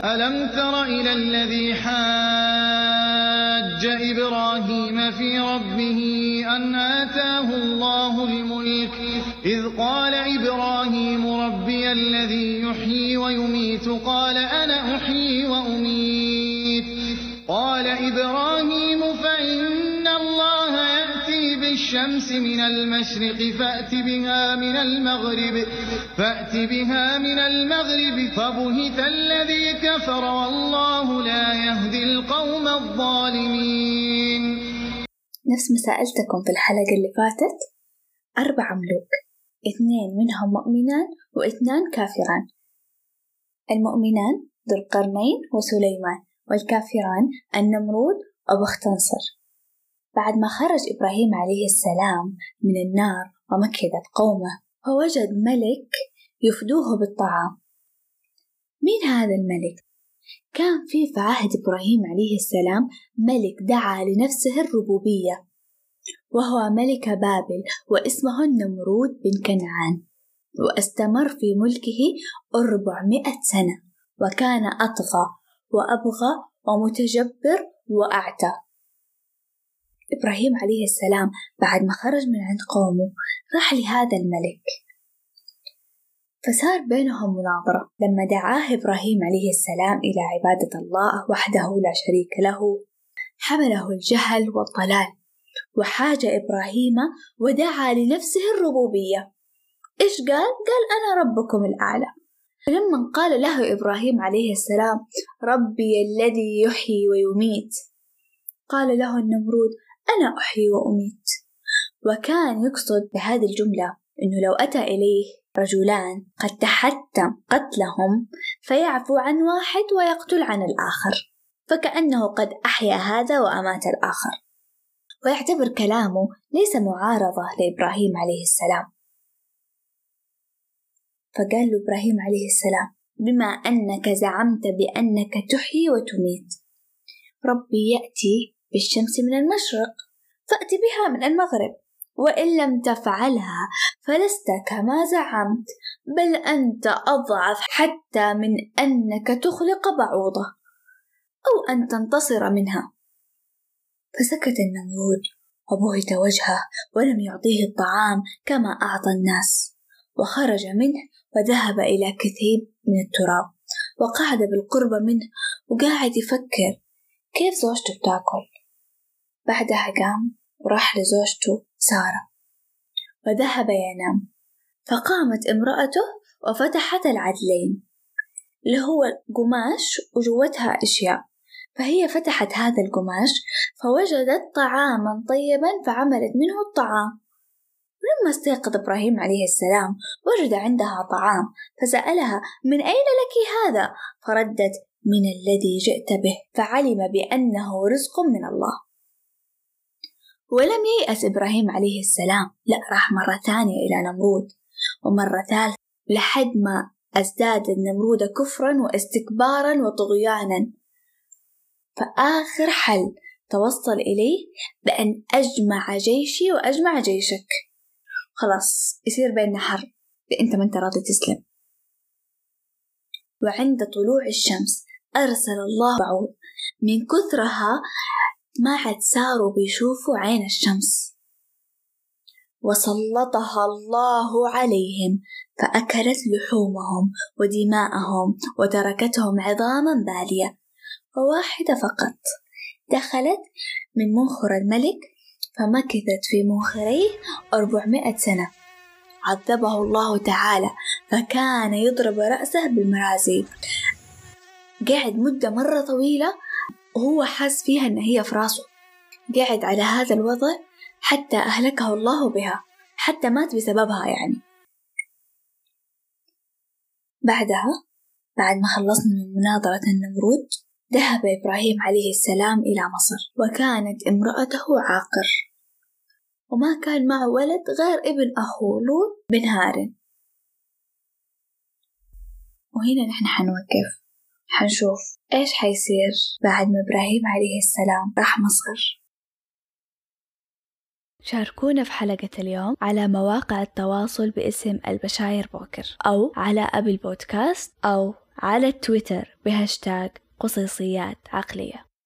ألم تر إلى الذي حاج إبراهيم في ربه أن آتاه الله الملك إذ قال إبراهيم ربي الذي يحيي ويميت قال أنا أحيي وأميت قال إبراهيم فإن الله يأتي بالشمس من المشرق فأت بها من المغرب فبهت الذي كفر والله لا يهدي القوم الظالمين. نفس ما سألتكم في الحلقة اللي فاتت، 4 ملوك، 2 منهم مؤمنان و2 كافران. المؤمنان ذو القرنين وسليمان، والكافران النمرود وبختنصر. بعد ما خرج إبراهيم عليه السلام من النار ومكث قومه، فوجد ملك يفدوه بالطعام. مين هذا الملك؟ كان في عهد إبراهيم عليه السلام ملك دعا لنفسه الربوبية، وهو ملك بابل، واسمه النمرود بن كنعان، واستمر في ملكه 400 سنة، وكان أطغى وأبغى ومتجبر وأعتى. إبراهيم عليه السلام بعد ما خرج من عند قومه راح لهذا الملك، فصار بينهم مناظرة. لما دعاه إبراهيم عليه السلام إلى عبادة الله وحده لا شريك له، حمله الجهل والضلال، وحاج إبراهيم ودعا لنفسه الربوبية. إيش قال؟ قال أنا ربكم الأعلى. فلما قال له إبراهيم عليه السلام ربي الذي يحيي ويميت، قال له النمرود أنا أحيي وأميت. وكان يقصد بهذه الجملة أنه لو أتى إليه رجلان قد تحتم قتلهم فيعفو عن واحد ويقتل عن الآخر، فكأنه قد أحيا هذا وأمات الآخر، ويعتبر كلامه ليس معارضة لإبراهيم عليه السلام. فقال له إبراهيم عليه السلام بما أنك زعمت بأنك تحيي وتميت، ربي يأتي بالشمس من المشرق فأتي بها من المغرب، وإن لم تفعلها فلست كما زعمت، بل أنت أضعف حتى من أنك تخلق بعوضة أو أن تنتصر منها. فسكت النمرود وبهت وجهه ولم يعطيه الطعام كما أعطى الناس، وخرج منه وذهب إلى كثيب من التراب، وقعد بالقرب منه وقاعد يفكر كيف زوجته بتاكل. بعدها قام وراح لزوجته سارة وذهب ينام، فقامت امرأته وفتحت العدلين اللي هو قماش وجوتها أشياء، فهي فتحت هذا القماش فوجدت طعاما طيبا فعملت منه الطعام. لما استيقظ إبراهيم عليه السلام وجد عندها طعام، فسألها من أين لك هذا؟ فردت من الذي جئت به، فعلم بأنه رزق من الله. ولم ييأس إبراهيم عليه السلام، لا، راح مرة ثانية إلى نمرود ومرة ثالثة، لحد ما ازداد النمرود كفرا واستكبارا وطغيانا. فآخر حل توصل إليه بأن أجمع جيشي وأجمع جيشك، خلاص يصير بيننا حرب، أنت ما أنت راضي تسلم. وعند طلوع الشمس أرسل الله بعوض، من كثرها ما عاد صاروا بيشوفوا عين الشمس، وسلطها الله عليهم فأكلت لحومهم ودماءهم وتركتهم عظاما بالية، وواحدة فقط دخلت من منخر الملك فمكثت في منخريه 400 سنة. عذبه الله تعالى فكان يضرب رأسه بالمرازي، قاعد مدة مرة طويلة وهو حاس فيها أن هي في راسه، قاعد على هذا الوضع حتى أهلكه الله بها، حتى مات بسببها يعني. بعدها بعد ما خلصنا من مناظرة النمرود، ذهب إبراهيم عليه السلام إلى مصر، وكانت امرأته عاقر، وما كان معه ولد غير ابن أخوه لوط بن هارن. وهنا نحن حنوقف، حنشوف إيش حيصير بعد ما إبراهيم عليه السلام راح مصر. شاركونا في حلقة اليوم على مواقع التواصل باسم البشاير بوكر، أو على أبل بودكاست أو على تويتر بهاشتاغ قصيصيات عقلية.